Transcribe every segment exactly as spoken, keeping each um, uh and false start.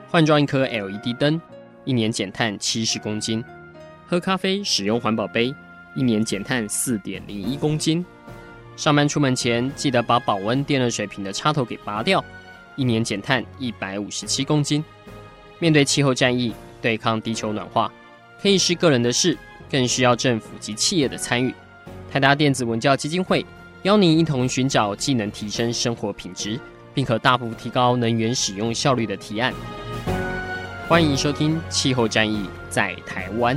换装一颗 L E D 灯，一年减碳七十公斤；喝咖啡使用环保杯，一年减碳 四点零一公斤；上班出门前记得把保温电热水瓶的插头给拔掉，一年减碳一百五十七公斤。面对气候战役，对抗地球暖化，可以是个人的事，更需要政府及企业的参与。台达电子文教基金会邀您一同寻找既能提升生活品质，并可大幅提高能源使用效率的提案。欢迎收听《气候战役在台湾》。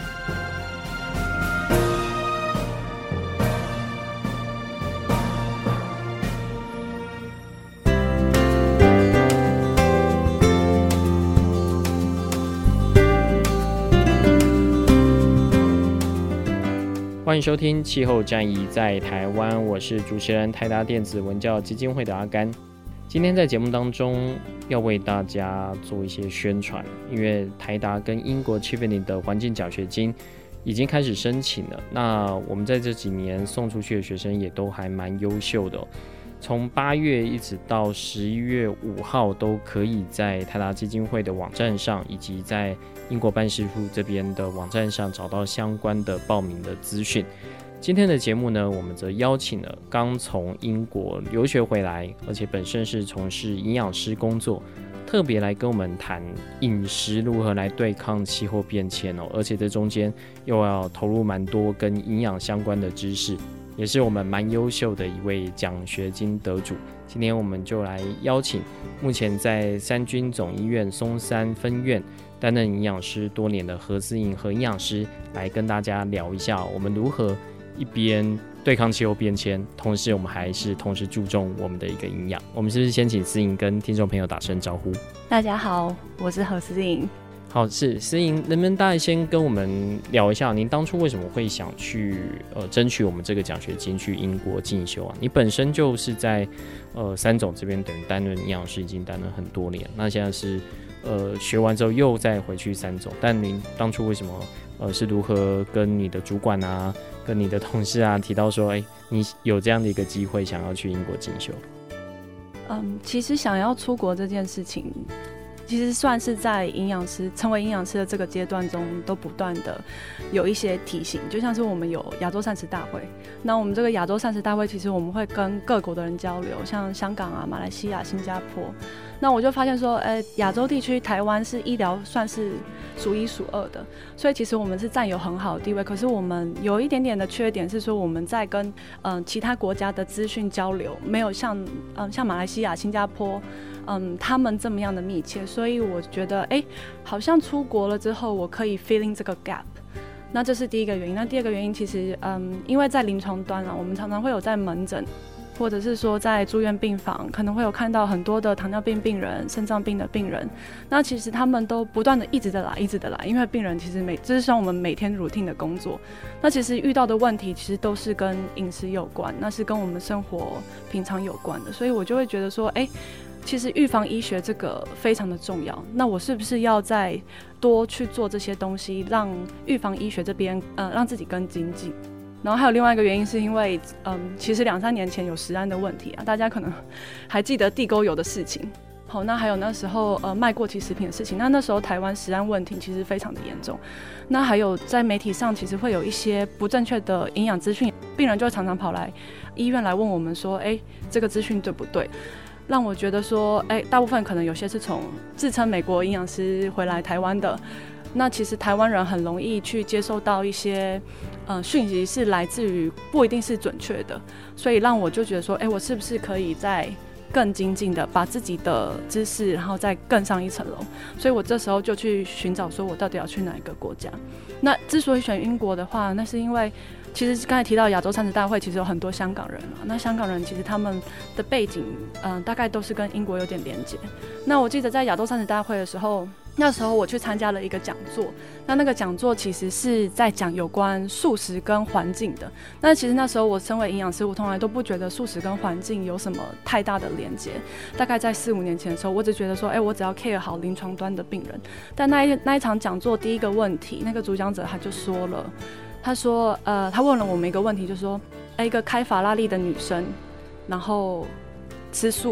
欢迎收听《气候战役在台湾》，我是主持人台达电子文教基金会的阿甘。今天在节目当中要为大家做一些宣传，因为台达跟英国 Chevening 的环境奖学金已经开始申请了。那我们在这几年送出去的学生也都还蛮优秀的、哦，从八月一直到十一月五号都可以在台达基金会的网站上，以及在英国办事处这边的网站上找到相关的报名的资讯。今天的节目呢，我们则邀请了刚从英国留学回来，而且本身是从事营养师工作，特别来跟我们谈饮食如何来对抗气候变迁哦，而且这中间又要投入蛮多跟营养相关的知识，也是我们蛮优秀的一位奖学金得主。今天我们就来邀请目前在三军总医院松山分院担任营养师多年的何思颖何营养师，来跟大家聊一下我们如何一边对抗气候变迁，同时我们还是同时注重我们的一个营养。我们是不是先请思颖跟听众朋友打声招呼？ 大家好，我是何思颖。 好，是思颖，能不能大概先跟我们聊一下，您当初为什么会想去呃争取我们这个奖学金去英国进修啊？你本身就是在呃三总这边等于担任营养师已经担任很多年，那现在是呃学完之后又再回去三总，但您当初为什么呃是如何跟你的主管啊、跟你的同事啊提到说，哎、欸，你有这样的一个机会想要去英国进修？ 嗯，其实想要出国这件事情，其实算是在营养师成为营养师的这个阶段中，都不断的有一些提醒。就像是我们有亚洲膳食大会，那我们这个亚洲膳食大会，其实我们会跟各国的人交流，像香港啊、马来西亚、新加坡。那我就发现说，哎、欸，亚洲地区台湾是医疗算是数一数二的，所以其实我们是占有很好的地位。可是我们有一点点的缺点是说，我们在跟嗯、呃、其他国家的资讯交流，没有像嗯、呃、像马来西亚、新加坡。嗯，他们这么样的密切，所以我觉得，哎，好像出国了之后，我可以 filling 这个 gap。那这是第一个原因。那第二个原因，其实，嗯，因为在临床端啊，我们常常会有在门诊，或者是说在住院病房，可能会有看到很多的糖尿病病人、肾脏病的病人。那其实他们都不断的一直的来，一直的来，因为病人其实每，这是像我们每天 routine 的工作。那其实遇到的问题，其实都是跟饮食有关，那是跟我们生活平常有关的。所以我就会觉得说，哎。其实预防医学这个非常的重要，那我是不是要再多去做这些东西，让预防医学这边呃让自己更精进？然后还有另外一个原因是因为，嗯，其实两三年前有食安的问题啊，大家可能还记得地沟油的事情。好，那还有那时候呃卖过期食品的事情，那那时候台湾食安问题其实非常的严重。那还有在媒体上其实会有一些不正确的营养资讯，病人就会常常跑来医院来问我们说，哎，这个资讯对不对？让我觉得说，哎、欸，大部分可能有些是从自称美国营养师回来台湾的，那其实台湾人很容易去接受到一些呃讯息是来自于不一定是准确的，所以让我就觉得说，哎、欸，我是不是可以再更精进的把自己的知识，然后再更上一层楼？所以我这时候就去寻找说，我到底要去哪一个国家？那之所以选英国的话，那是因为。其实刚才提到亚洲膳食大会，其实有很多香港人啊。那香港人其实他们的背景，嗯、呃，大概都是跟英国有点连结。那我记得在亚洲膳食大会的时候，那时候我去参加了一个讲座。那那个讲座其实是在讲有关素食跟环境的。那其实那时候我身为营养师，我从来都不觉得素食跟环境有什么太大的连结。大概在四五年前的时候，我只觉得说，哎、欸，我只要 care 好临床端的病人。但那一那一场讲座第一个问题，那个主讲者他就说了。他说，呃，他问了我们一个问题，就说，一个开法拉利的女生，然后吃素，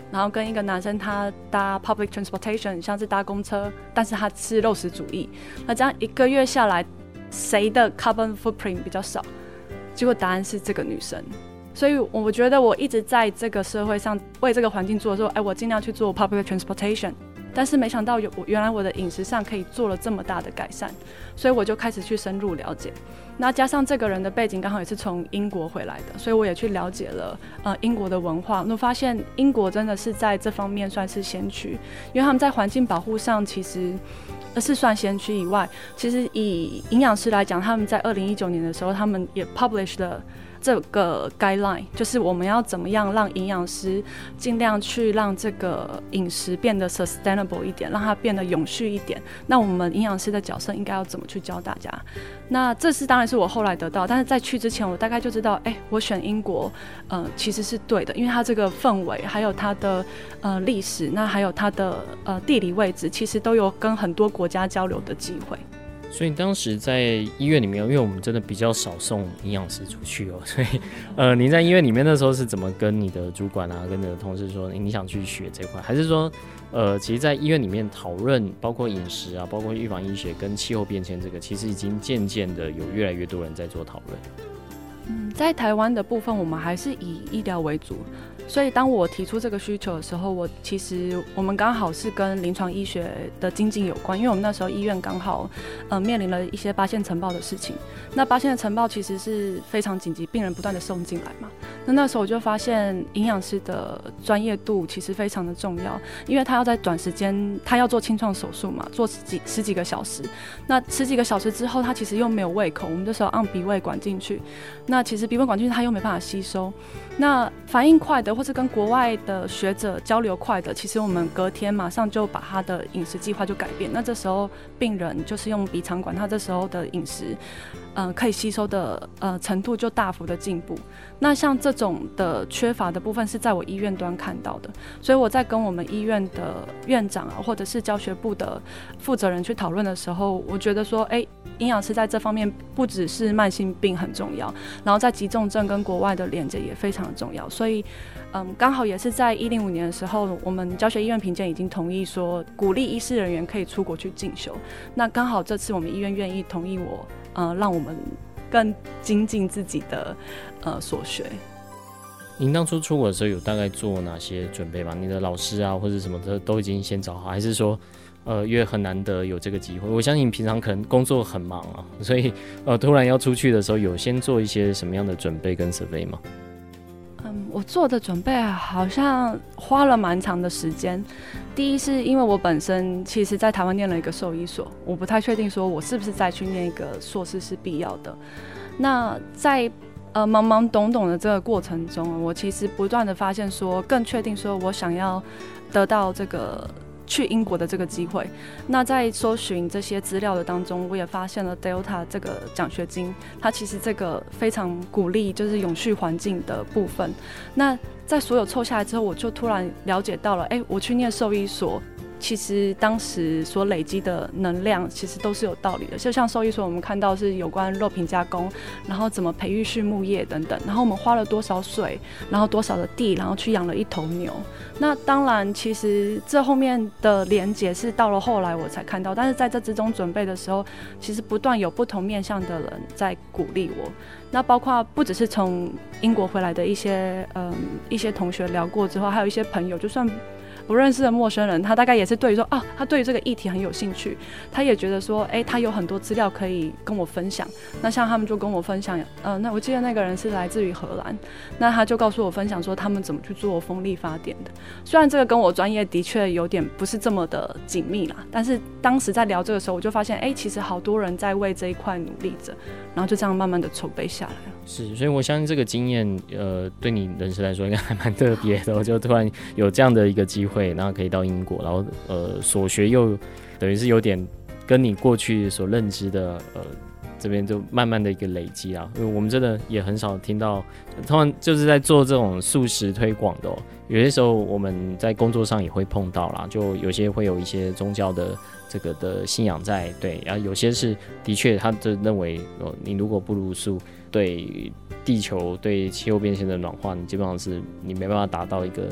然后跟一个男生他搭 public transportation， 像是搭公车，但是他吃肉食主义，那这样一个月下来，谁的 carbon footprint 比较少？结果答案是这个女生。所以我觉得我一直在这个社会上为这个环境做的时候，哎，我尽量去做 public transportation， 但是没想到有原来我的饮食上可以做了这么大的改善，所以我就开始去深入了解。那加上这个人的背景刚好也是从英国回来的，所以我也去了解了呃英国的文化。我发现英国真的是在这方面算是先驱，因为他们在环境保护上其实是算先驱以外，其实以营养师来讲，他们在二零一九年的时候，他们也 publish 了这个 guideline， 就是我们要怎么样让营养师尽量去让这个饮食变得 sustainable 一点，让它变得永续一点。那我们营养师的角色应该要怎么去教大家？那这是当然是我后来得到，但是在去之前，我大概就知道，哎、欸，我选英国，呃，其实是对的，因为它这个氛围，还有它的呃历史，那还有它的呃地理位置，其实都有跟很多国家交流的机会。 所以当时在医院里面，因为我们真的比较少送营养师出去哦，所以呃，您在医院里面那时候是怎么跟你的主管啊，跟你的同事说，你想去学这块，还是说，呃，其实，在医院里面讨论，包括饮食啊，包括预防医学跟气候变迁这个，其实已经渐渐的有越来越多人在做讨论。 嗯，在台湾的部分，我们还是以医疗为主。所以当我提出这个需求的时候，我其实我们刚好是跟临床医学的精进有关，因为我们那时候医院刚好呃面临了一些八仙尘爆的事情。那八仙的尘爆其实是非常紧急，病人不断的送进来嘛。那那时候我就发现营养师的专业度其实非常的重要，因为他要在短时间，他要做清创手术嘛，做十几十几个小时。那十几个小时之后，他其实又没有胃口，我们那时候按鼻胃管进去，那其实鼻胃管进去他又没办法吸收。那反应快的，或是跟国外的学者交流快的，其实我们隔天马上就把他的饮食计划就改变。那这时候病人就是用鼻肠管，他这时候的饮食，呃，可以吸收的呃程度就大幅的进步。那像这种的缺乏的部分是在我医院端看到的，所以我在跟我们医院的院长啊，或者是教学部的负责人去讨论的时候，我觉得说，哎、欸，营养师在这方面不只是慢性病很重要，然后在急重症跟国外的连接也非常重要。所以，嗯，刚好也是在一零五年的时候，我们教学医院评鉴已经同意说，鼓励医师人员可以出国去进修。那刚好这次我们医院愿意同意我，呃，让我们更精进自己的呃所学。 您当初出国的时候有大概做哪些准备吗？你的老师啊或者什么的都已经先找好，还是说呃因为很难得有这个机会？我相信你平常可能工作很忙啊，所以呃突然要出去的时候有先做一些什么样的准备跟 survey 吗？ 嗯，我做的准备好像花了蛮长的时间。第一是因为我本身其实在台湾念了一个兽医所，我不太确定说我是不是再去念一个硕士是必要的。那在呃懵懵懂懂的这个过程中，我其实不断的发现说，更确定说我想要得到这个去英国的这个机会。那在搜寻这些资料的当中，我也发现了 Delta 这个奖学金，它其实这个非常鼓励就是永续环境的部分。那在所有凑下来之后，我就突然了解到了，哎、欸，我去念兽医所，其实当时所累积的能量其实都是有道理的。就像兽医所我们看到是有关肉品加工，然后怎么培育畜牧业等等，然后我们花了多少水，然后多少的地，然后去养了一头牛。那当然其实这后面的连结是到了后来我才看到，但是在这之中准备的时候，其实不断有不同面向的人在鼓励我。那包括不只是从英国回来的一些嗯一些同学聊过之后，还有一些朋友，就算不认识的陌生人，他大概也是对于说啊，他对于这个议题很有兴趣，他也觉得说，哎、欸，他有很多资料可以跟我分享。那像他们就跟我分享，呃，那我记得那个人是来自于荷兰，那他就告诉我分享说他们怎么去做风力发电的。虽然这个跟我专业的确有点不是这么的紧密啦，但是当时在聊这个时候，我就发现，哎、欸，其实好多人在为这一块努力着，然后就这样慢慢的筹备下来了。 是，所以我相信这个经验，呃，对你人生来说应该还蛮特别的。我就突然有这样的一个机会，然后可以到英国，然后呃，所学又等于是有点跟你过去所认知的，呃，这边就慢慢的一个累积啦。因为我们真的也很少听到，通常就是在做这种素食推广的哦。有些时候我们在工作上也会碰到啦，就有些会有一些宗教的这个的信仰在，对，然后有些是的确他就认为，哦，你如果不茹素，对地球对气候变迁的暖化，你基本上是你没办法达到一个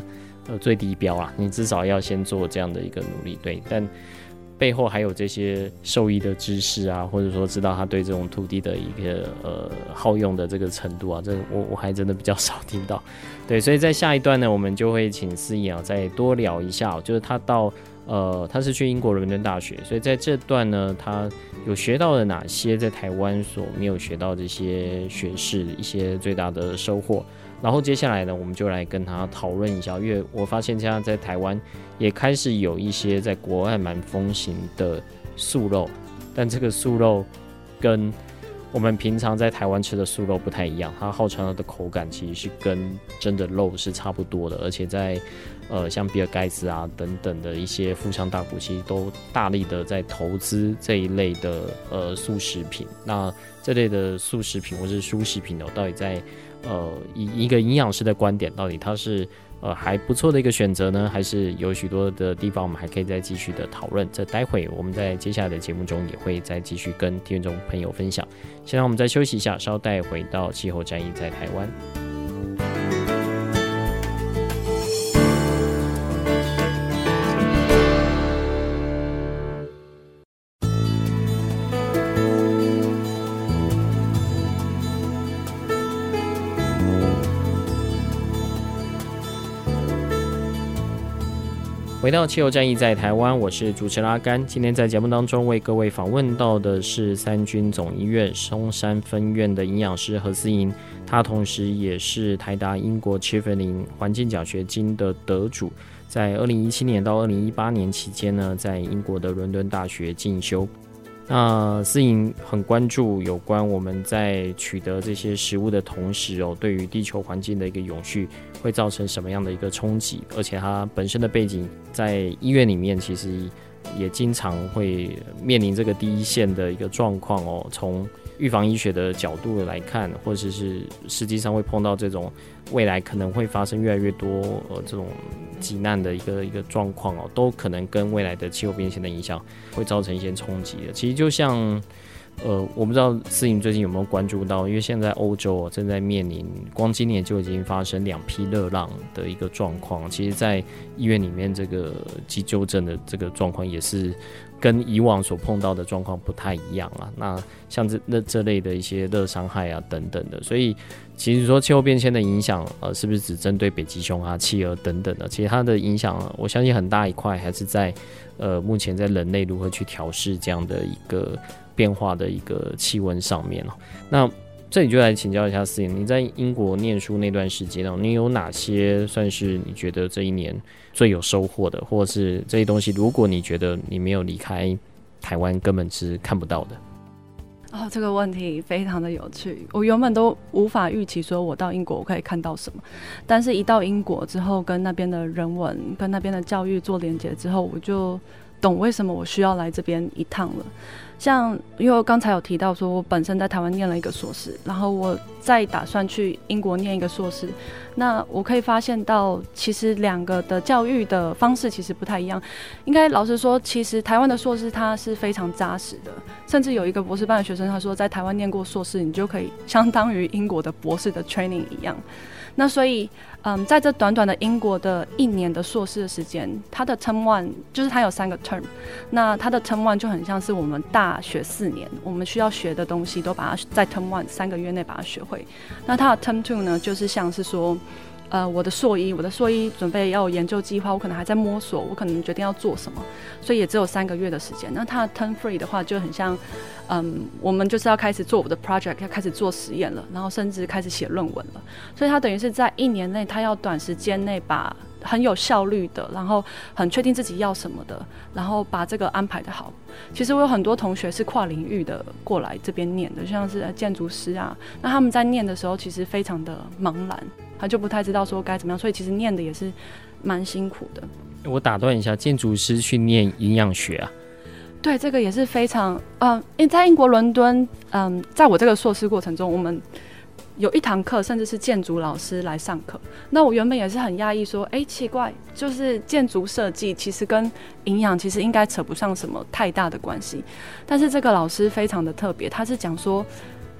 呃最低标啦，你至少要先做这样的一个努力，对，但背后还有这些兽医的知识啊，或者说知道他对这种土地的一个呃好用的这个程度啊，这我我还真的比较少听到。对，所以在下一段呢，我们就会请思颖啊再多聊一下、哦，就是他到呃他是去英国伦敦大学，所以在这段呢，他有学到了哪些在台湾所没有学到这些学识，一些最大的收获。然后接下来呢，我们就来跟他讨论一下，因为我发现现在在台湾也开始有一些在国外蛮风行的素肉，但这个素肉跟我们平常在台湾吃的素肉不太一样，它号称它的口感其实是跟真的肉是差不多的，而且在呃像比尔盖茨啊等等的一些富商大户，其实都大力的在投资这一类的呃素食品。那这类的素食品或是蔬食品呢，到底在呃，以一个营养师的观点，到底它是呃还不错的一个选择呢，还是有许多的地方我们还可以再继续的讨论？这待会我们在接下来的节目中也会再继续跟听众朋友分享。现在我们再休息一下，稍待回到气候战役在台湾。回到气候战役在台湾，我是主持人阿甘。今天在节目当中为各位访问到的是三军总医院松山分院的营养师何思颖，他同时也是台大英国 Chevening 环境奖学金的得主，在二零一七年到二零一八年期间呢，在英国的伦敦大学进修。那思颖很关注有关我们在取得这些食物的同时哦，对于地球环境的一个永续会造成什么样的一个冲击，而且他本身的背景在医院里面其实也经常会面临这个第一线的一个状况哦，从预防医学的角度来看，或者是实际上会碰到这种未来可能会发生越来越多呃这种急难的一个一个状况哦，都可能跟未来的气候变迁的影响会造成一些冲击的。其实就像呃，我不知道思颖最近有没有关注到，因为现在欧洲、哦、正在面临，光今年就已经发生两批热浪的一个状况。其实，在医院里面这个急救症的这个状况也是跟以往所碰到的状况不太一样啊。那像这那这类的一些热伤害啊等等的，所以其实说气候变迁的影响，呃，是不是只针对北极熊啊、企鹅等等的？其实它的影响，我相信很大一块还是在呃目前在人类如何去调试这样的一个变化的一个气温上面哦。那这里就来请教一下思颖，你在英国念书那段时间哦，你有哪些算是你觉得这一年最有收获的，或者是这些东西，如果你觉得你没有离开台湾，根本是看不到的？ 哦，这个问题非常的有趣。我原本都无法预期说我到英国我可以看到什么，但是一到英国之后，跟那边的人文、跟那边的教育做连结之后，我就懂为什么我需要来这边一趟了。像因为我刚才有提到说我本身在台湾念了一个硕士，然后我再打算去英国念一个硕士，那我可以发现到其实两个的教育的方式其实不太一样。应该老实说，其实台湾的硕士它是非常扎实的，甚至有一个博士班的学生他说在台湾念过硕士，你就可以相当于英国的博士的 training 一样。那所以嗯，在这短短的英国的一年的硕士的时间，它的 term one 就是它有三个 term， 那它的 term one 就很像是我们大学四年我们需要学的东西都把它在 term one 三个月内把它学会。那它的 term two 呢，就是像是说呃，我的硕一，我的硕一准备要有研究计划，我可能还在摸索，我可能决定要做什么，所以也只有三个月的时间。那它的 term three 的话，就很像，嗯，我们就是要开始做我的 project， 要开始做实验了，然后甚至开始写论文了。所以它等于是在一年内，它要短时间内把很有效率的，然后很确定自己要什么的，然后把这个安排的好。其实我有很多同学是跨领域的过来这边念的，就像是建筑师啊，那他们在念的时候其实非常的茫然，他就不太知道说该怎么样，所以其实念的也是蛮辛苦的。 我打断一下，建筑师去念营养学啊？ 对，这个也是非常，嗯，因为在英国伦敦，嗯，在我这个硕士过程中，我们有一堂课甚至是建筑老师来上课。那我原本也是很讶异说，哎，奇怪，就是建筑设计其实跟营养其实应该扯不上什么太大的关系。但是这个老师非常的特别，他是讲说，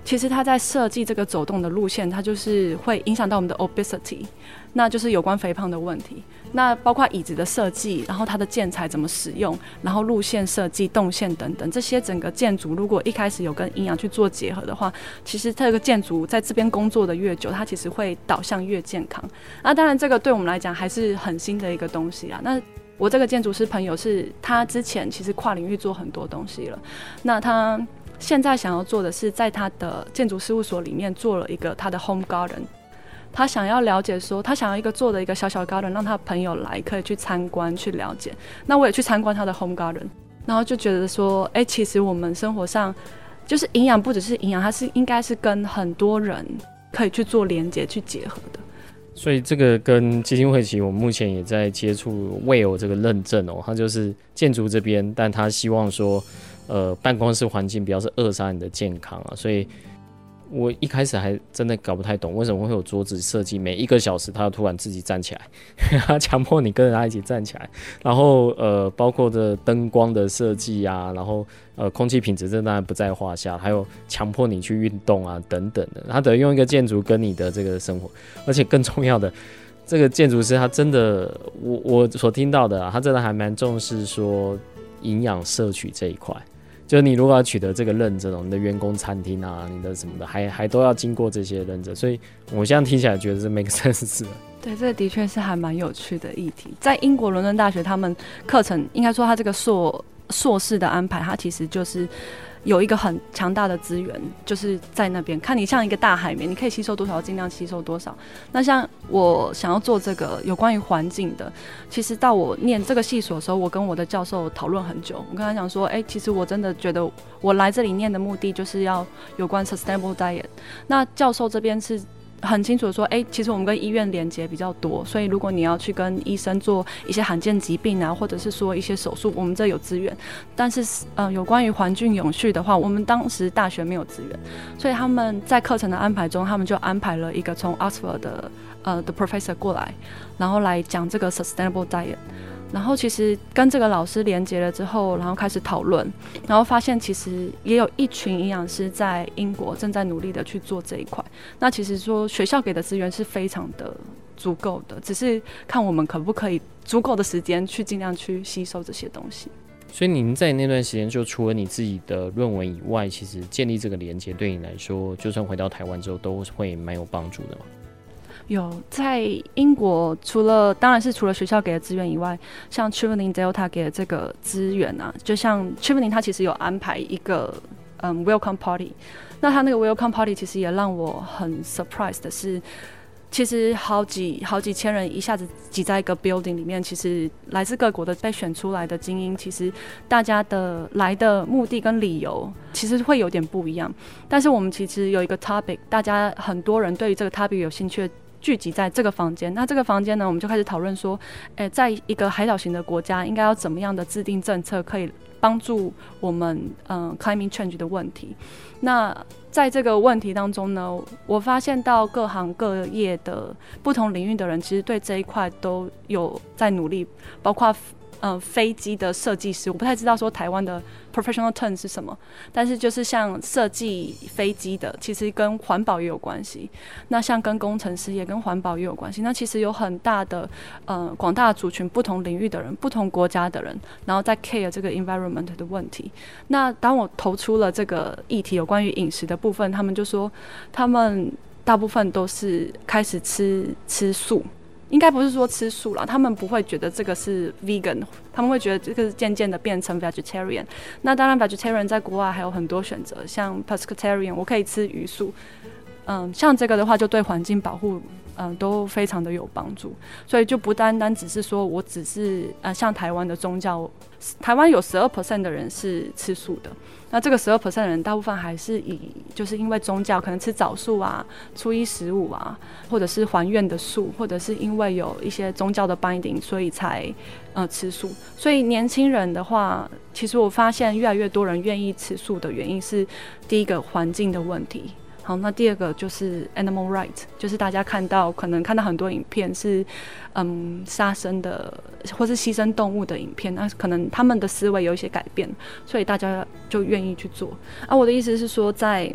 其实它在设计这个走动的路线，它就是会影响到我们的 obesity， 那就是有关肥胖的问题。那包括椅子的设计，然后它的建材怎么使用，然后路线设计、动线等等，这些整个建筑如果一开始有跟营养去做结合的话，其实这个建筑在这边工作的越久，它其实会导向越健康。那当然，这个对我们来讲还是很新的一个东西啊。那我这个建筑师朋友是他之前其实跨领域做很多东西了，那他现在想要做的是在他的建筑事务所里面做了一个他的 home garden， 他想要了解说他想要一个做的一个小小 garden， 让他的朋友来可以去参观去了解。那我也去参观他的 home garden， 然后就觉得说哎、欸，其实我们生活上就是营养不只是营养，它是应该是跟很多人可以去做连结去结合的。 所以这个跟基金会其实我们目前也在接触 W E L L 这个认证哦，它就是建筑这边，但他希望说呃办公室环境不要是扼杀你的健康啊，所以我一开始还真的搞不太懂为什么会有桌子设计每一个小时他要突然自己站起来，他强迫你跟着他一起站起来，然后呃包括的灯光的设计啊，然后呃空气品质这当然不在话下，还有强迫你去运动啊等等的，他得用一个建筑跟你的这个生活，而且更重要的，这个建筑师他真的我我所听到的啊，他真的还蛮重视说营养摄取这一块。就是你如果要取得这个认证哦，你的员工餐厅啊，你的什么的，还还都要经过这些认证，所以我现在听起来觉得是 make sense 的。 对，这个的确是还蛮有趣的议题。在英国伦敦大学，他们课程应该说，他这个硕硕士的安排，它其实就是有一个很强大的资源，就是在那边看你像一个大海绵，你可以吸收多少尽量吸收多少。那像我想要做这个有关于环境的，其实到我念这个系所的时候，我跟我的教授讨论很久，我跟他讲说，哎、欸，其实我真的觉得我来这里念的目的就是要有关 sustainable diet。那教授这边是很清楚的说，哎、欸，其实我们跟医院连结比较多，所以如果你要去跟医生做一些罕见疾病啊，或者是说一些手术，我们这有资源。但是，呃，有关于环境永续的话，我们当时大学没有资源，所以他们在课程的安排中，他们就安排了一个从 Oxford 的呃的 professor 过来，然后来讲这个 sustainable diet。然后其实跟这个老师连结了之后，然后开始讨论，然后发现其实也有一群营养师在英国正在努力的去做这一块。那其实说学校给的资源是非常的足够的，只是看我们可不可以足够的时间去尽量去吸收这些东西。 所以您在那段时间，就除了你自己的论文以外，其实建立这个连结对你来说，就算回到台湾之后，都会蛮有帮助的嘛。 有在英国，除了当然是除了学校给的资源以外，像 Chevening Delta 给的这个资源啊，就像 Chevening 他其实有安排一个嗯 Welcome Party， 那他那个 Welcome Party 其实也让我很 surprise 的是，其实好几好几千人一下子挤在一个 building 里面，其实来自各国的被选出来的精英，其实大家的来的目的跟理由其实会有点不一样，但是我们其实有一个 topic， 大家很多人对于这个 topic 有兴趣的聚集在这个房间，那这个房间呢，我们就开始讨论说，欸，在一个海岛型的国家，应该要怎么样的制定政策，可以帮助我们嗯 climate change 的问题。那在这个问题当中呢，我发现到各行各业的不同领域的人，其实对这一块都有在努力，包括呃飞机的设计师，我不太知道说台湾的 professional term 是什么，但是就是像设计飞机的，其实跟环保也有关系。那像跟工程师也跟环保也有关系。那其实有很大的呃广大的族群，不同领域的人，不同国家的人，然后在 care 这个 environment 的问题。那当我投出了这个议题有关于饮食的部分，他们就说他们大部分都是开始吃吃素。应该不是说吃素啦，他们不会觉得这个是 vegan， 他们会觉得这个是渐渐的变成 vegetarian。那当然 vegetarian 在国外还有很多选择，像 pescatarian 我可以吃鱼素，嗯，像这个的话就对环境保护嗯都非常的有帮助。所以就不单单只是说我只是呃像台湾的宗教，台湾有 百分之十二 的人是吃素的。那这个 百分之十二 的人大部分还是以就是因为宗教，可能吃早素啊、初一十五啊，或者是还愿的素，或者是因为有一些宗教的 binding， 所以才呃吃素。所以年轻人的话，其实我发现越来越多人愿意吃素的原因是第一个环境的问题。好，那第二个就是 animal right， 就是大家看到可能看到很多影片是嗯杀生的或是牺牲动物的影片，那可能他们的思维有一些改变，所以大家就愿意去做。啊，我的意思是说，在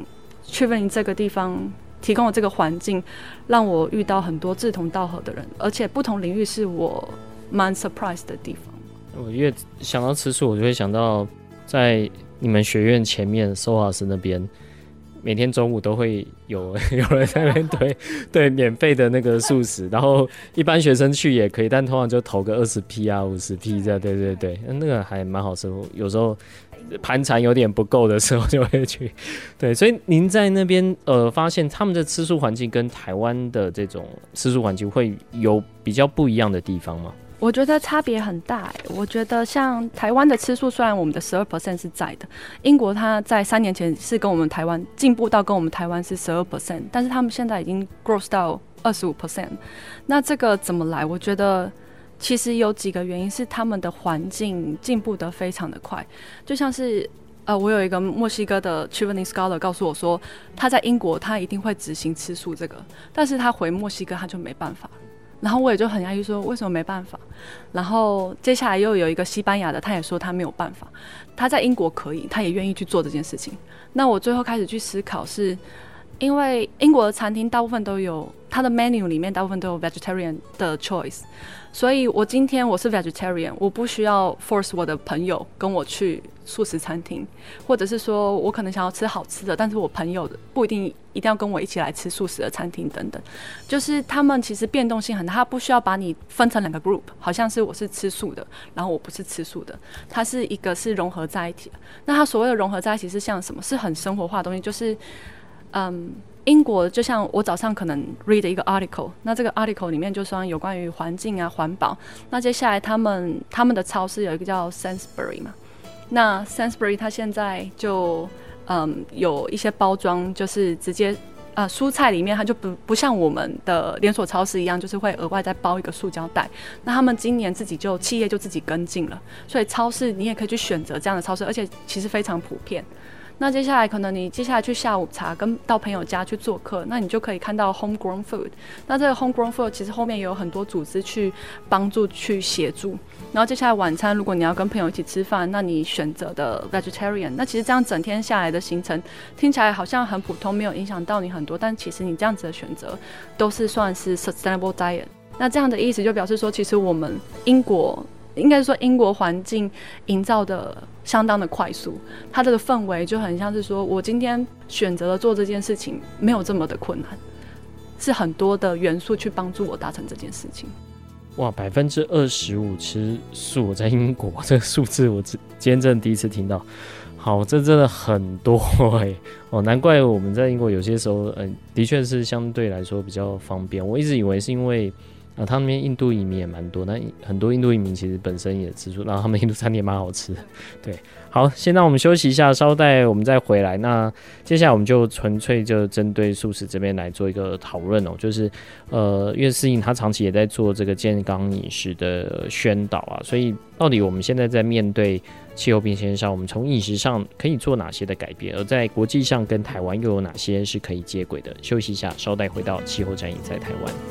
Chevening 这个地方提供了这个环境，让我遇到很多志同道合的人，而且不同领域是我蛮 surprise 的地方。 我越想到吃素，我就会想到在你们学院前面 S O A S 那边，每天中午都会有有人在那边对对免费的那个素食，然后一般学生去也可以，但通常就投个二十 P 啊、五十 P 这样，对对对，那个还蛮好吃。有时候盘缠有点不够的时候就会去。对，所以您在那边呃发现他们的吃素环境跟台湾的这种吃素环境会有比较不一样的地方吗？ 我觉得差别很大、欸。我觉得像台湾的吃素，虽然我们的 百分之十二 是在的，英国它在三年前是跟我们台湾进步到跟我们台湾是 百分之十二， 但是他们现在已经 grow 到 百分之二十五。那这个怎么来？我觉得其实有几个原因是他们的环境进步得非常的快，就像是呃，我有一个墨西哥的 Chevening scholar 告诉我说，他在英国他一定会执行吃素这个，但是他回墨西哥他就没办法。然后我也就很压抑说为什么没办法，然后接下来又有一个西班牙的，他也说他没有办法，他在英国可以，他也愿意去做这件事情。那我最后开始去思考是，因为英国的餐厅大部分都有它的 menu 里面大部分都有 vegetarian 的 choice， 所以我今天我是 vegetarian， 我不需要 force 我的朋友跟我去素食餐厅，或者是说我可能想要吃好吃的，但是我朋友不一定一定要跟我一起来吃素食的餐厅等等，就是他们其实变动性很大，他不需要把你分成两个 group， 好像是我是吃素的，然后我不是吃素的，它是一个是融合在一起的。那它所谓的融合在一起是像什么？是很生活化的东西，就是嗯。英国就像我早上可能 read 一个 article， 那这个 article 里面就说有关于环境啊、环保。那接下来他们他们的超市有一个叫 Sainsbury 嘛，那 Sainsbury 它现在就嗯有一些包装，就是直接呃蔬菜里面它就不不像我们的连锁超市一样，就是会额外再包一个塑胶袋。那他们今年自己就企业就自己跟进了，所以超市你也可以去选择这样的超市，而且其实非常普遍。那接下来可能你接下来去下午茶跟到朋友家去做客，那你就可以看到 homegrown food。那这个 homegrown food 其实后面也有很多组织去帮助去协助。然后接下来晚餐如果你要跟朋友一起吃饭，那你选择的 vegetarian， 那其实这样整天下来的行程听起来好像很普通，没有影响到你很多，但其实你这样子的选择都是算是 sustainable diet。那这样的意思就表示说，其实我们英国应该是说英国环境营造的相当的快速，它这个氛围就很像是说我今天选择了做这件事情没有这么的困难，是很多的元素去帮助我达成这件事情。 哇，百分之二十五吃素，我在英国这个数字我今天真的第一次听到。好，这真的很多哎、欸、哦，难怪我们在英国有些时候，嗯、呃，的确是相对来说比较方便。我一直以为是因为啊，他们那边印度移民也蛮多，那很多印度移民其实本身也吃素，然后他们印度餐也蛮好吃的。对，好，先让我们休息一下，稍待我们再回来。那接下来我们就纯粹就针对素食这边来做一个讨论哦，就是呃，因为思颖他长期也在做这个健康饮食的宣导啊，所以到底我们现在在面对气候变迁上，我们从饮食上可以做哪些的改变，而在国际上跟台湾又有哪些是可以接轨的？休息一下，稍待回到气候战役在台湾。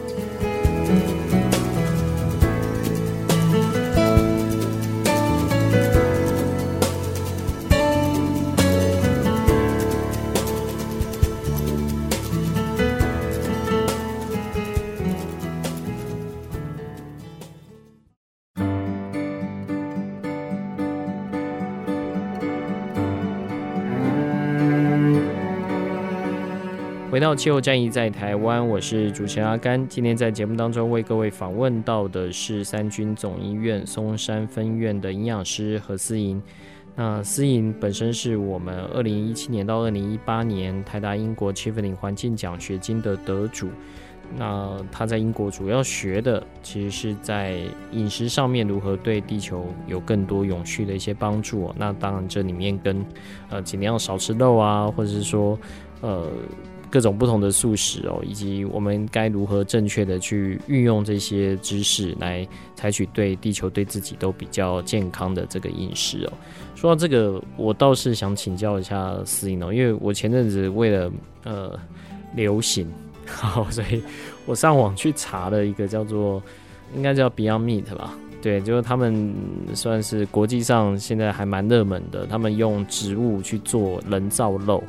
回到气候战役在台湾，我是主持人阿甘。今天在节目当中为各位访问到的是三军总医院松山分院的营养师何思颖。那思颖本身是我们二零一七年到二零一八年台大英国 Chevening 环境奖学金的得主。那他在英国主要学的其实是在饮食上面如何对地球有更多永续的一些帮助、哦、那当然这里面跟呃尽量少吃肉啊，或者是说呃各种不同的素食哦，以及我们该如何正确的去运用这些知识来采取对地球对自己都比较健康的这个饮食哦。说到这个，我倒是想请教一下思颖哦，因为我前阵子为了呃流行，好，所以我上网去查了一个叫做应该叫 Beyond Meat 吧。对，就是他们算是国际上现在还蛮热门的，他们用植物去做人造肉。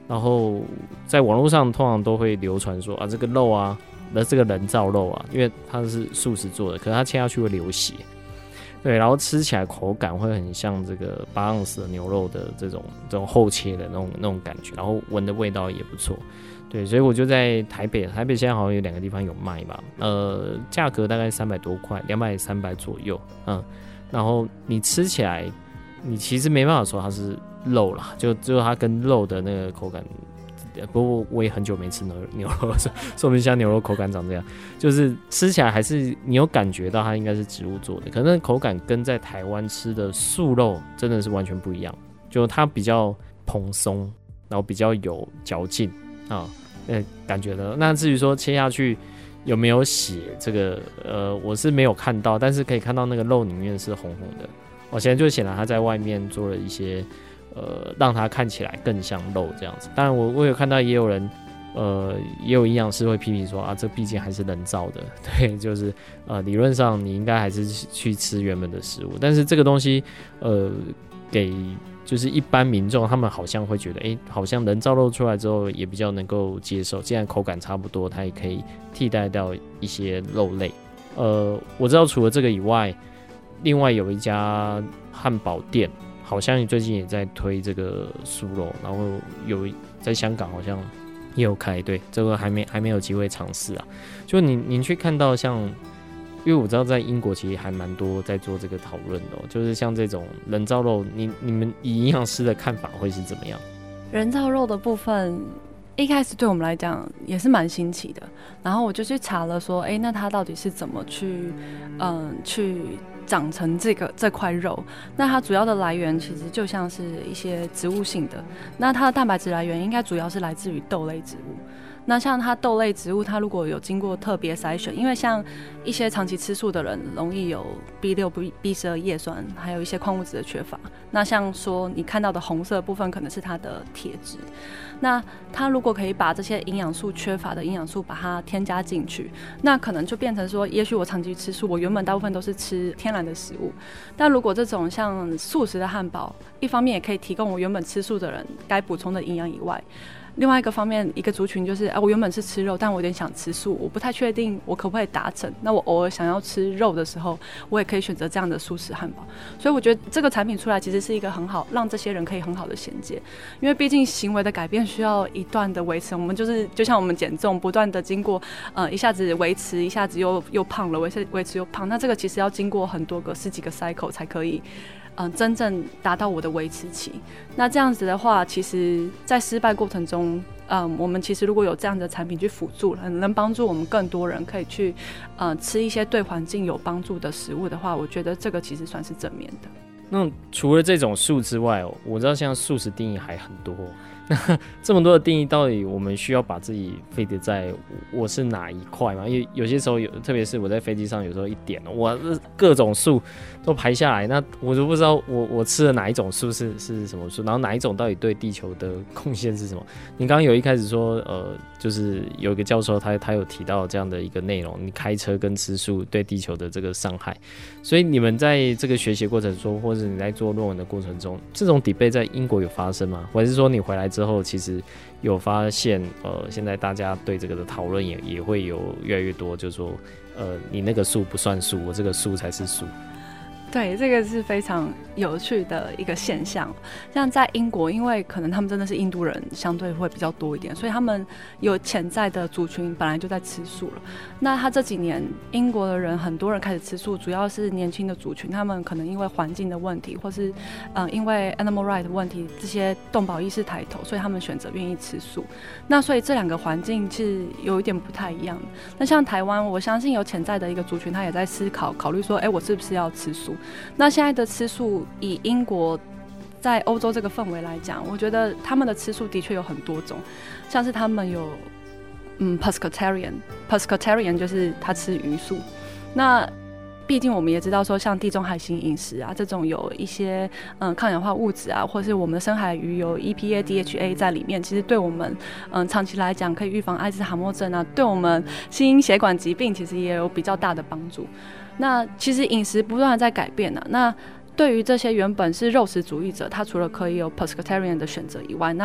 然后在网络上通常都会流传说啊，这个肉啊，那这个人造肉啊，因为它是素食做的，可是它切下去会流血，对，然后吃起来口感会很像这个八盎司的牛肉的这种这种厚切的那种那种感觉，然后闻的味道也不错，对，所以我就在台北，台北现在好像有两个地方有卖吧，呃，价格大概三百多块，两百三百左右，嗯，然后你吃起来，你其实没办法说它是肉啦，就就它跟肉的那个口感。不过我也很久没吃牛牛肉，说明像牛肉口感长这样，就是吃起来还是你有感觉到它应该是植物做的，可能口感跟在台湾吃的素肉真的是完全不一样，就它比较蓬松，然后比较有嚼劲啊，呃，感觉的。那至于说切下去有没有血，这个呃我是没有看到，但是可以看到那个肉里面是红红的，我现在就显然它在外面做了一些。呃，让它看起来更像肉这样子。当然我，我我有看到也有人，呃，也有营养师会批评说啊，这毕竟还是人造的，对，就是呃，理论上你应该还是去吃原本的食物。但是这个东西，呃，给就是一般民众，他们好像会觉得，哎、欸，好像人造肉出来之后也比较能够接受，既然口感差不多，它也可以替代掉一些肉类。呃，我知道除了这个以外，另外有一家汉堡店。好像你最近也在推这个素肉，然后有在香港好像也有开，对，这个还没还没有机会尝试啊。就你你去看到像，因为我知道在英国其实还蛮多在做这个讨论的、哦，就是像这种人造肉，你你们以营养师的看法会是怎么样？ 人造肉的部分。一开始对我们来讲也是蛮新奇的，然后我就去查了说，哎、欸，那它到底是怎么去，嗯，去长成这个这块肉？那它主要的来源其实就像是一些植物性的，那它的蛋白质来源应该主要是来自于豆类植物。那像它豆类植物，它如果有经过特别筛选，因为像一些长期吃素的人，容易有 B 六、B 十二叶酸，还有一些矿物质的缺乏。那像说你看到的红色的部分，可能是它的铁质。那它如果可以把这些营养素缺乏的营养素把它添加进去，那可能就变成说，也许我长期吃素，我原本大部分都是吃天然的食物，但如果这种像素食的汉堡，一方面也可以提供我原本吃素的人该补充的营养以外。另外一个方面，一个族群就是，啊，我原本是吃肉，但我有点想吃素，我不太确定我可不可以达成。那我偶尔想要吃肉的时候，我也可以选择这样的素食汉堡。所以我觉得这个产品出来其实是一个很好，让这些人可以很好的衔接。因为毕竟行为的改变需要一段的维持，我们就是就像我们减重，不断的经过，呃，一下子维持，一下子又又胖了，维持维持又胖，那这个其实要经过很多个十几个 cycle 才可以。嗯，真正达到我的维持期。那这样子的话，其实在失败过程中，嗯，我们其实如果有这样的产品去辅助，能帮助我们更多人可以去，嗯，吃一些对环境有帮助的食物的话，我觉得这个其实算是正面的。 那除了这种素之外哦，我知道现在素食定义还很多。那这么多的定义，到底我们需要把自己费得在我是哪一块吗？因为有些时候有，特别是我在飞机上，有时候一点我各种素都排下来，那我就不知道我我吃的哪一种素是是什么素，然后哪一种到底对地球的贡献是什么？你刚刚有一开始说，呃，就是有一个教授他他有提到这样的一个内容，你开车跟吃素对地球的这个伤害，所以你们在这个学习过程中，或者你在做论文的过程中，这种 debate 在英国有发生吗？还是说你回来之后，其实有发现，呃，现在大家对这个的讨论也也会有越来越多，就是说，呃，你那个素不算素，我这个素才是素。 对，这个是非常有趣的一个现象。像在英国，因为可能他们真的是印度人相对会比较多一点，所以他们有潜在的族群本来就在吃素了。那他这几年英国的人很多人开始吃素，主要是年轻的族群，他们可能因为环境的问题，或是嗯因为 animal right 的问题，这些动保意识抬头，所以他们选择愿意吃素。那所以这两个环境是有一点不太一样的。那像台湾，我相信有潜在的一个族群，他也在思考考虑说，哎，我是不是要吃素？那现在的吃素，以英国在欧洲这个氛围来讲，我觉得他们的吃素的确有很多种，像是他们有嗯 pescatarian pescatarian 就是他吃鱼素。那毕竟我们也知道说，像地中海型饮食啊，这种有一些嗯抗氧化物质啊，或是我们的深海鱼有 E P A D H A 在里面，其实对我们嗯长期来讲可以预防艾滋海默症啊，对我们心血管疾病其实也有比较大的帮助。那其实饮食不断的在改变啊，那对于这些原本是肉食主义者，他除了可以有 pescatarian 的选择以外，那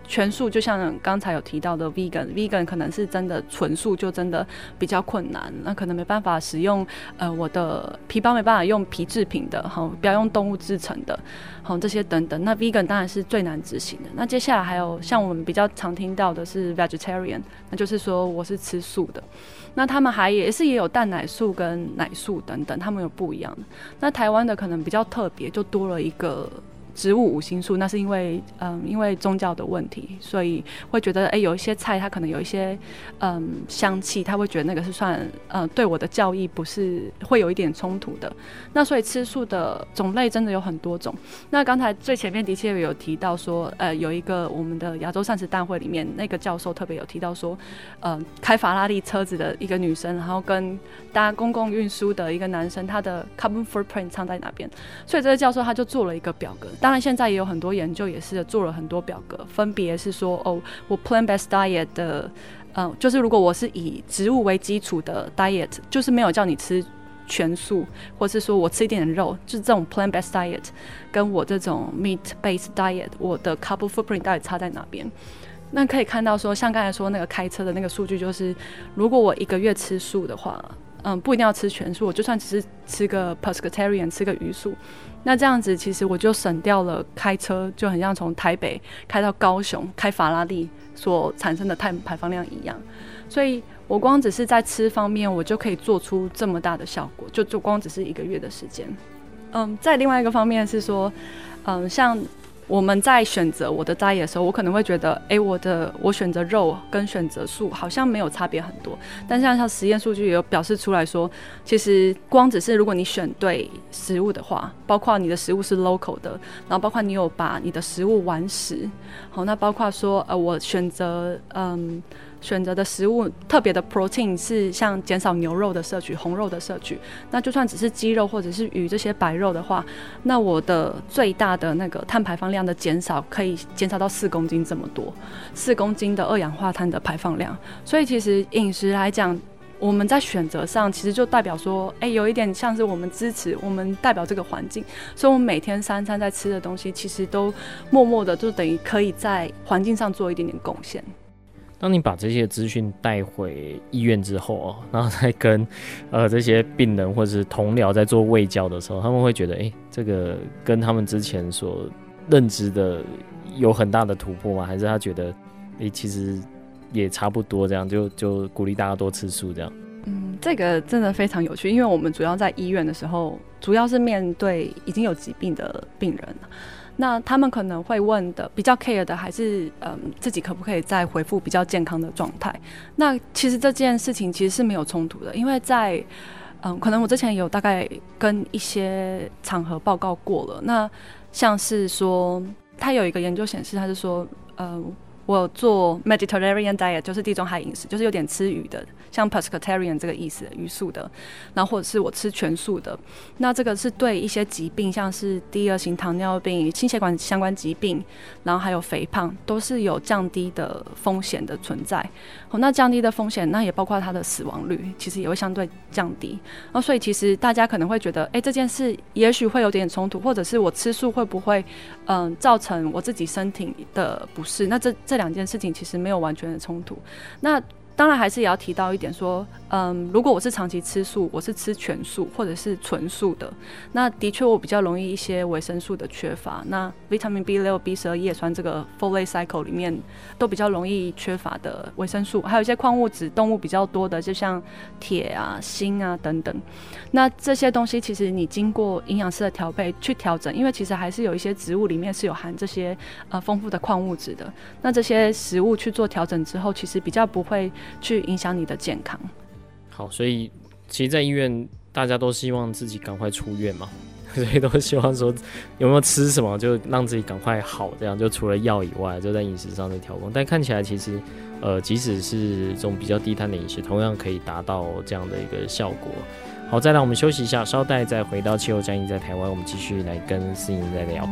全素就像刚才有提到的 vegan vegan 可能是真的纯素就真的比较困难，那可能没办法使用呃我的皮包没办法用皮制品的，好不要用动物制成的，好这些等等。那 vegan 当然是最难执行的。那接下来还有像我们比较常听到的是 vegetarian， 那就是说我是吃素的。那他们还也是也有蛋奶素跟奶素等等，他们有不一样的。那台湾的可能比较特别，就多了一个植物五星素，那是因为嗯因为宗教的问题，所以会觉得哎、欸、有一些菜它可能有一些嗯香气，他会觉得那个是算呃对我的教义不是会有一点冲突的。那所以吃素的种类真的有很多种。那刚才最前面的确有提到说，呃有一个我们的亚洲膳食大会里面那个教授特别有提到说，呃开法拉利车子的一个女生，然后跟搭公共运输的一个男生，他的 carbon footprint 藏在哪边，所以这个教授他就做了一个表格。当然现在也有很多研究也是做了很多表格，分别是说哦我 plant-based diet 的呃就是如果我是以植物为基础的 diet， 就是没有叫你吃全素，或是说我吃一点点肉，就是这种 plant-based diet 跟我这种 meat-based diet 我的 carbon footprint 到底差在哪边。那可以看到说像刚才说那个开车的那个数据，就是如果我一个月吃素的话，嗯，不一定要吃全素，我就算只是吃个 pescatarian 吃个鱼素，那这样子其实我就省掉了开车，就很像从台北开到高雄开法拉利所产生的碳排放量一样。所以我光只是在吃方面我就可以做出这么大的效果，就就光只是一个月的时间。嗯，在另外一个方面是说，嗯，像我们在选择我的 diet 的时候，我可能会觉得，哎，我的我选择肉跟选择素好像没有差别很多。但像像实验数据也有表示出来说，其实光只是如果你选对食物的话，包括你的食物是 local 的，然后包括你有把你的食物完食，好，那包括说，呃，我选择，嗯。选择的食物特别的 protein 是像减少牛肉的摄取、红肉的摄取，那就算只是鸡肉或者是鱼这些白肉的话，那我的最大的那个碳排放量的减少可以减少到四公斤这么多，四公斤的二氧化碳的排放量。所以其实饮食来讲，我们在选择上其实就代表说，哎、欸，有一点像是我们支持，我们代表这个环境，所以我们每天三餐在吃的东西，其实都默默的就等于可以在环境上做一点点贡献。 当你把这些资讯带回医院之后哦，然后再跟呃这些病人或者是同僚在做卫教的时候，他们会觉得，哎、欸，这个跟他们之前所认知的有很大的突破吗？还是他觉得，哎、欸，其实也差不多，这样就就鼓励大家多吃素这样？ 嗯，这个真的非常有趣，因为我们主要在医院的时候，主要是面对已经有疾病的病人。那他们可能会问的比较 care 的还是嗯自己可不可以再恢复比较健康的状态。那其实这件事情其实是没有冲突的，因为在嗯可能我之前有大概跟一些场合报告过了。那像是说他有一个研究显示，他是说呃我做 Mediterranean diet 就是地中海饮食，就是有点吃鱼的，像 pescatarian 这个意思，鱼素的，然后或者是我吃全素的。那这个是对一些疾病，像是第二型糖尿病、心血管相关疾病，然后还有肥胖，都是有降低的风险的存在。哦，那降低的风险，那也包括它的死亡率，其实也会相对降低。然后所以其实大家可能会觉得，哎，这件事也许会有点冲突，或者是我吃素会不会嗯造成我自己身体的不适？那这这两件事情其实没有完全的冲突。那当然还是也要提到一点说，嗯，如果我是长期吃素，我是吃全素或者是纯素的，那的确我比较容易一些维生素的缺乏。那 vitamin B 六、B 十二 叶酸这个 folate cycle 里面都比较容易缺乏的维生素，还有一些矿物质，动物比较多的，就像铁啊、锌啊等等。那这些东西其实你经过营养师的调配去调整，因为其实还是有一些植物里面是有含这些呃丰富的矿物质的。那这些食物去做调整之后，其实比较不会去影响你的健康。 好，所以其实在医院大家都希望自己赶快出院嘛，所以都希望说有没有吃什么就让自己赶快好，这样就除了药以外就在饮食上的调控。但看起来其实呃，即使是这种比较低碳的饮食，同样可以达到这样的一个效果。好，再让我们休息一下，稍待再回到气候战役在台湾，我们继续来跟思颖再聊。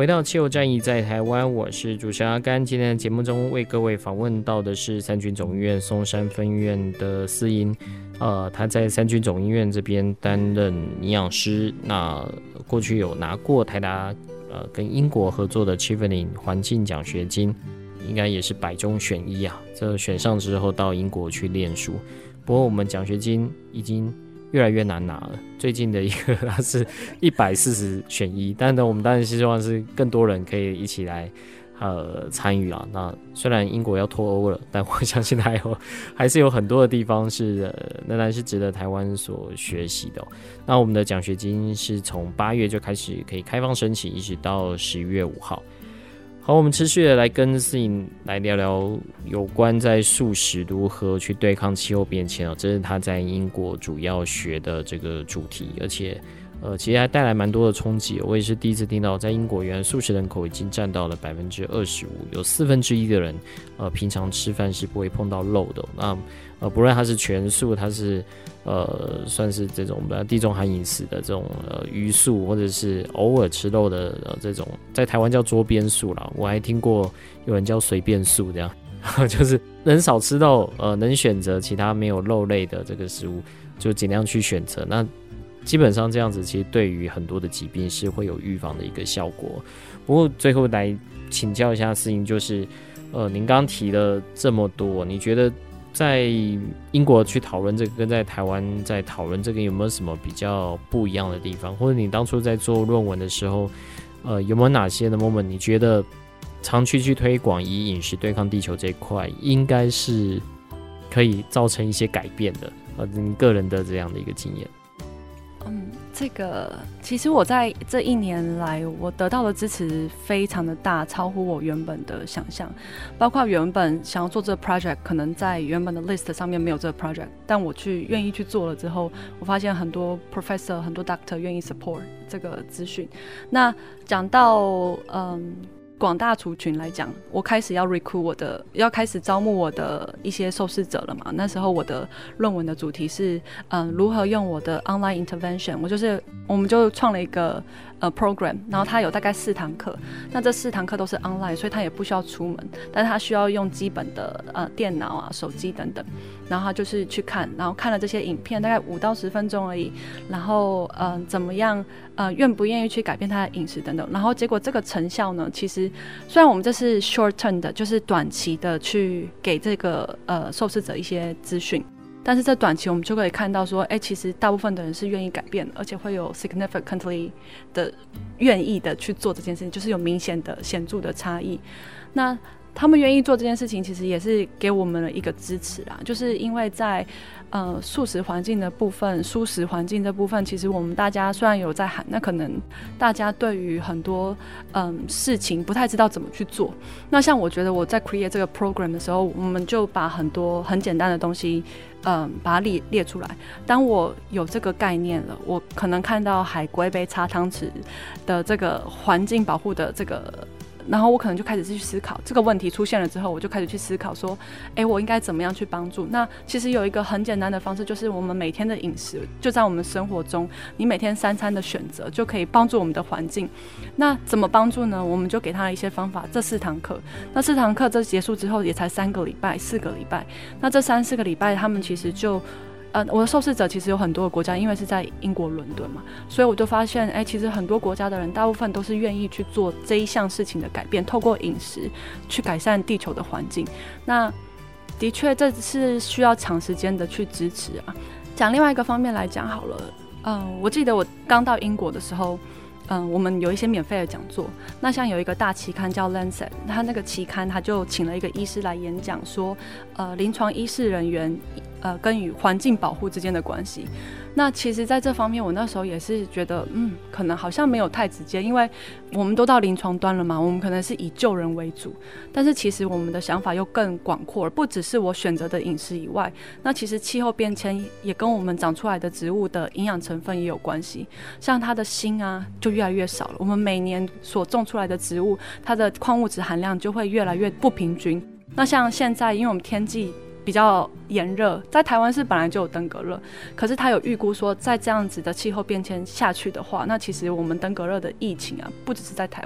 回到气候战役在台湾，我是主持人阿甘。今天的节目中为各位访问到的是三军总医院松山分院的思莹，呃，他在三军总医院这边担任营养师，那过去有拿过台达呃跟英国合作的 Chevening 环境奖学金，应该也是百中选一啊。这选上之后到英国去念书，不过我们奖学金已经越来越难拿了，最近的一个它是一百四十选一，但呢，我们当然希望是更多人可以一起来呃参与啊。那虽然英国要脱欧了，但我相信还有还是有很多的地方是、呃、仍然是值得台湾所学习的、哦。那我们的奖学金是从八月就开始可以开放申请，一直到十一月五号。好，我们持续的来跟思颖来聊聊有关在素食如何去对抗气候变迁哦，这是他在英国主要学的这个主题，而且呃，其实还带来蛮多的冲击。我也是第一次听到，在英国原来素食人口已经占到了百分之二十五，有四分之一的人呃平常吃饭是不会碰到肉的、哦。那呃，不论它是全素，它是呃算是这种地中海饮食的这种呃鱼素，或者是偶尔吃肉的、呃、这种，在台湾叫桌边素啦，我还听过有人叫随便素这样，就是能少吃到呃能选择其他没有肉类的这个食物，就尽量去选择。那基本上这样子，其实对于很多的疾病是会有预防的一个效果。不过最后来请教一下思颖，就是呃您刚刚提了这么多，你觉得在英国去讨论这个跟在台湾在讨论这个有没有什么比较不一样的地方？或者你当初在做论文的时候，呃，有没有哪些的 moment 你觉得长期去推广以饮食对抗地球这一块，应该是可以造成一些改变的？呃，你个人的这样的一个经验。 嗯，这个其实我在这一年来，我得到的支持非常的大，超乎我原本的想象。包括原本想要做这个 project， 可能在原本的 list 上面没有这个 project， 但我去愿意去做了之后，我发现很多 professor、很多 doctor 愿意 support 这个资讯。那讲到嗯。广大族群来讲，我开始要 recruit 我的，要开始招募我的一些受试者了嘛。那时候我的论文的主题是，嗯，如何用我的 online intervention， 我就是我们就创了一个呃 program， 然后它有大概四堂课，那这四堂课都是 online， 所以它也不需要出门，但是它需要用基本的呃电脑啊、手机等等，然后他就是去看，然后看了这些影片，大概五到十分钟而已，然后呃怎么样呃愿不愿意去改变他的饮食等等，然后结果这个成效呢，其实虽然我们这是 short term 的，就是短期的去给这个呃受试者一些资讯。但是在短期我们就可以看到说，哎，其实大部分的人是愿意改变的，而且会有 significantly 的愿意的去做这件事情，就是有明显的显著的差异。那他们愿意做这件事情，其实也是给我们了一个支持啦，就是因为在呃素食环境的部分、蔬食环境这部分，其实我们大家虽然有在喊，那可能大家对于很多嗯事情不太知道怎么去做。那像我觉得我在 create 这个 program 的时候，我们就把很多很简单的东西，嗯，把它列列出来。当我有这个概念了，我可能看到海龟杯插汤匙的这个环境保护的这个。然后我可能就开始去思考这个问题出现了之后，我就开始去思考说，哎，我应该怎么样去帮助？那其实有一个很简单的方式，就是我们每天的饮食就在我们生活中，你每天三餐的选择就可以帮助我们的环境。那怎么帮助呢？我们就给他了一些方法。这四堂课，那四堂课这结束之后也才三个礼拜、四个礼拜。那这三四个礼拜，他们其实就。呃，我的受试者其实有很多个国家，因为是在英国伦敦嘛，所以我就发现，哎，其实很多国家的人，大部分都是愿意去做这一项事情的改变，透过饮食去改善地球的环境。那的确，这是需要长时间的去支持啊。讲另外一个方面来讲好了，嗯、呃，我记得我刚到英国的时候。嗯，我们有一些免费的讲座，那像有一个大期刊叫 Lancet， 它那个期刊他就请了一个医师来演讲说，呃，临床医事人员呃跟与环境保护之间的关系。那其实在这方面我那时候也是觉得嗯可能好像没有太直接，因为我们都到临床端了嘛，我们可能是以救人为主，但是其实我们的想法又更广阔，不只是我选择的饮食以外，那其实气候变迁也跟我们长出来的植物的营养成分也有关系，像它的锌啊就越来越少了，我们每年所种出来的植物它的矿物质含量就会越来越不平均。那像现在因为我们天气比较炎热，在台湾是本来就有登革热，可是他有预估说在这样子的气候变迁下去的话，那其实我们登革热的疫情啊不只是在台湾，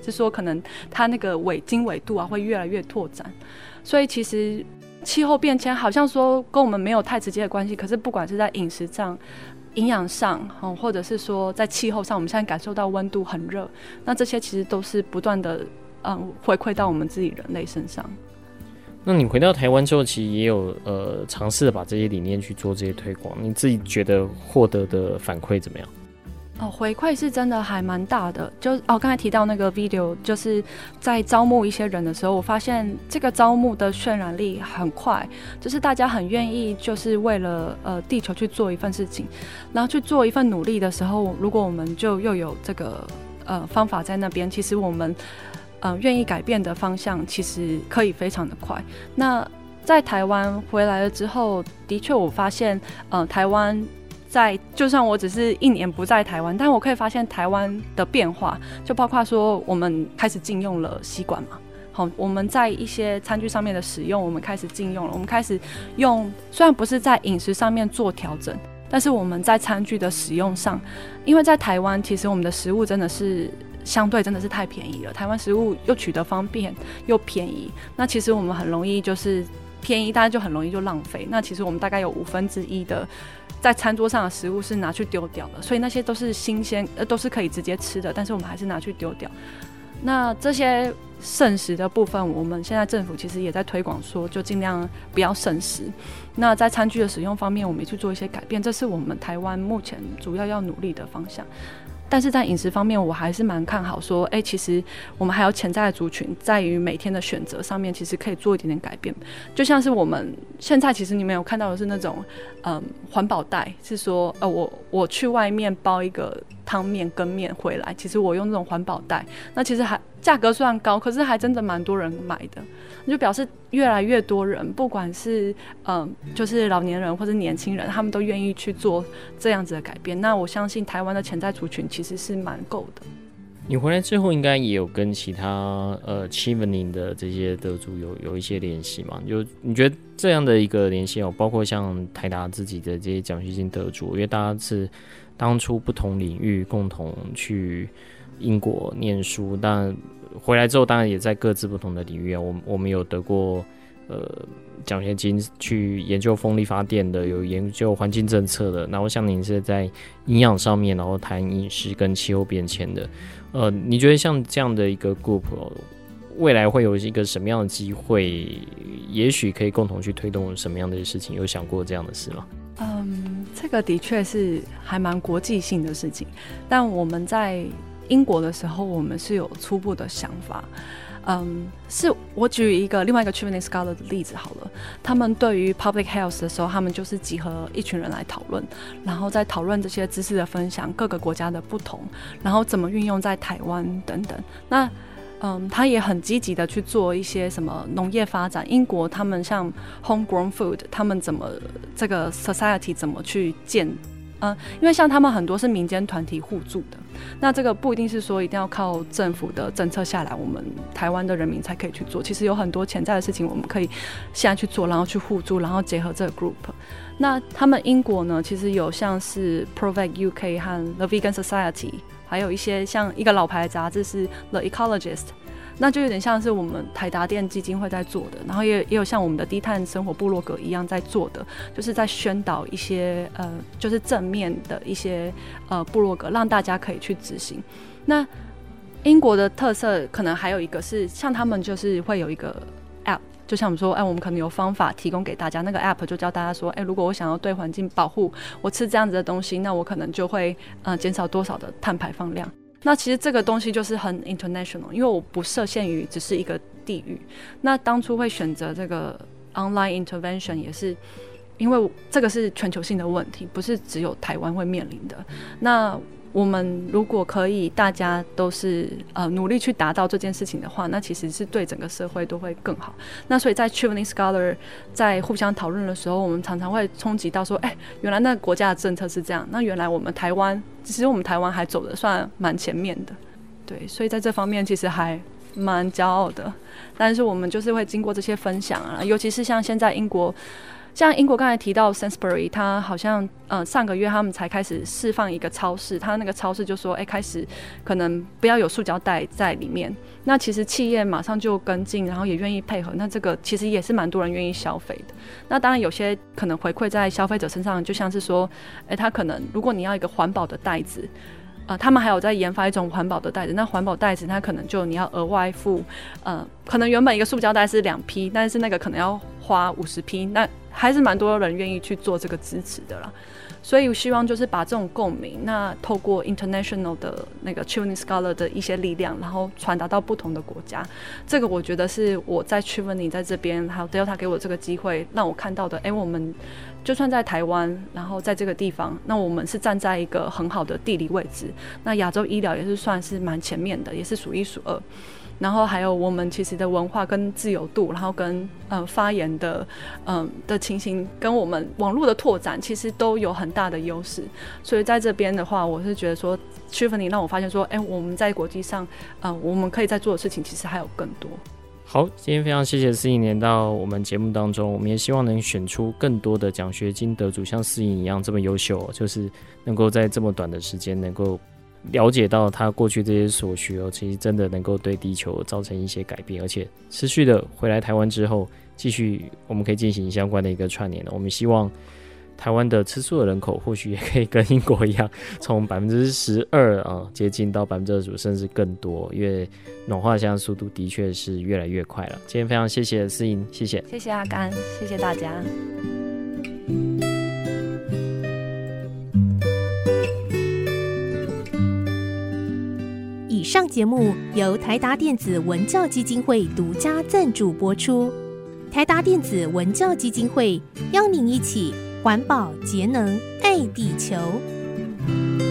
是说可能它那个纬经纬度啊会越来越拓展，所以其实气候变迁好像说跟我们没有太直接的关系，可是不管是在饮食上、营养上，或者是说在气候上，我们现在感受到温度很热，那这些其实都是不断的嗯回馈到我们自己人类身上。 那你回到台湾之后，其实也有呃尝试把这些理念去做这些推广，你自己觉得获得的反馈怎么样？ 哦，回馈是真的还蛮大的。就哦，刚才提到那个 video， 就是在招募一些人的时候，我发现这个招募的渲染力很快，就是大家很愿意，就是为了呃地球去做一份事情，然后去做一份努力的时候，如果我们就又有这个呃方法在那边，其实我们呃愿意改变的方向，其实可以非常的快。那在台湾回来了之后，的确我发现，呃，台湾。在就算我只是一年不在台湾，但我可以发现台湾的变化，就包括说我们开始禁用了吸管嘛，好，我们在一些餐具上面的使用，我们开始禁用了，我们开始用，虽然不是在饮食上面做调整，但是我们在餐具的使用上，因为在台湾其实我们的食物真的是相对真的是太便宜了，台湾食物又取得方便又便宜，那其实我们很容易就是便宜，大家就很容易就浪费，那其实我们大概有五分之一的在餐桌上的食物是拿去丢掉的，所以那些都是新鲜，呃，都是可以直接吃的，但是我们还是拿去丢掉。那这些剩食的部分，我们现在政府其实也在推广说，就尽量不要剩食。那在餐具的使用方面，我们也去做一些改变，这是我们台湾目前主要要努力的方向。但是在饮食方面，我还是蛮看好说，哎、欸，其实我们还有潜在的族群，在于每天的选择上面，其实可以做一点点改变。就像是我们现在，其实你们有看到的是那种，嗯，环保袋，是说，呃，我我去外面包一个汤面跟面回来，其实我用这种环保袋，那其实还价格虽然高，可是还真的蛮多人买的，就表示越来越多人，不管是嗯，就是老年人或者年轻人，他们都愿意去做这样子的改变。那我相信台湾的潜在族群其实是蛮够的。 你回来之后，应该也有跟其他呃 Chevening 的这些得主有有一些联系嘛？就你觉得这样的一个联系哦，包括像台达自己的这些奖学金得主，因为大家是当初不同领域共同去英国念书，但回来之后当然也在各自不同的领域啊。我们我们有得过呃奖学金去研究风力发电的，有研究环境政策的，然后像您是在营养上面，然后谈饮食跟气候变迁的。呃，你觉得像这样的一个 group，哦，未来会有一个什么样的机会？也许可以共同去推动什么样的事情？有想过这样的事吗？ 嗯，这个的确是还蛮国际性的事情，但我们在英国的时候，我们是有初步的想法。嗯，是我举一个另外一个 Chevening Scholar 的例子好了。他们对于 public health 的时候，他们就是集合一群人来讨论，然后再讨论这些知识的分享，各个国家的不同，然后怎么运用在台湾等等。那嗯，他也很积极的去做一些什么农业发展。英国他们像 homegrown food， 他们怎么这个 society 怎么去建？嗯，因为像他们很多是民间团体互助的，那这个不一定是说一定要靠政府的政策下来，我们台湾的人民才可以去做。其实有很多潜在的事情，我们可以现在去做，然后去互助，然后结合这个 group。那他们英国呢，其实有像是 Provec U K 和 The Vegan Society， 还有一些像一个老牌的杂志是 The Ecologist。那就有点像是我们台达电基金会在做的，然后 也, 也有像我们的低碳生活部落格一样在做的，就是在宣导一些呃，就是正面的一些呃部落格，让大家可以去执行。那英国的特色可能还有一个是，像他们就是会有一个 app， 就像我们说，哎，我们可能有方法提供给大家，那个 app 就教大家说，哎，如果我想要对环境保护，我吃这样子的东西，那我可能就会呃减少多少的碳排放量。那其实这个东西就是很 international， 因为我不设限于只是一个地域。那当初会选择这个 online intervention 也是因为这个是全球性的问题，不是只有台湾会面临的。那我们如果可以大家都是呃努力去达到这件事情的话，那其实是对整个社会都会更好。那所以在 Chevening Scholar 在互相讨论的时候，我们常常会冲击到说，哎、欸，原来那个国家的政策是这样，那原来我们台湾，其实我们台湾还走得算蛮前面的，对，所以在这方面其实还蛮骄傲的。但是我们就是会经过这些分享啊，尤其是像现在英国像英国刚才提到 Sainsbury， 它好像呃上个月他们才开始释放一个超市，它那个超市就说，哎、欸，开始可能不要有塑胶袋在里面。那其实企业马上就跟进，然后也愿意配合。那这个其实也是蛮多人愿意消费的。那当然有些可能回馈在消费者身上，就像是说，哎、欸，他可能如果你要一个环保的袋子。呃，他们还有在研发一种环保的袋子，那环保袋子它可能就你要额外付，呃，可能原本一个塑胶袋是两批，但是那个可能要花五十批，那还是蛮多人愿意去做这个支持的啦。所以我希望就是把这种共鸣，那透过 international 的那个 Chevening Scholar 的一些力量，然后传达到不同的国家。这个我觉得是我在 Chevening 在这边，还有 Delta 给我这个机会，让我看到的。哎，我们就算在台湾，然后在这个地方，那我们是站在一个很好的地理位置。那亚洲医疗也是算是蛮前面的，也是数一数二。然后还有我们其实的文化跟自由度，然后跟呃发言的嗯、呃、的情形，跟我们网络的拓展，其实都有很大的优势。所以在这边的话，我是觉得说 Chevening 让我发现说，哎，我们在国际上，呃，我们可以在做的事情，其实还有更多。 好，今天非常谢谢思颖连到我们节目当中，我们也希望能选出更多的奖学金得主，像思颖一样这么优秀，就是能够在这么短的时间能够了解到他过去这些所学哦，其实真的能够对地球造成一些改变，而且持续的回来台湾之后，继续我们可以进行相关的一个串联。我们希望台湾的吃素的人口或许也可以跟英国一样，从百分之十二啊接近到百分之二十五，甚至更多，因为暖化现在速度的确是越来越快了。今天非常谢谢思颖，谢谢， 谢谢阿甘，谢谢大家。 以上节目由台达电子文教基金会独家赞助播出。台达电子文教基金会邀您一起环保节能爱地球。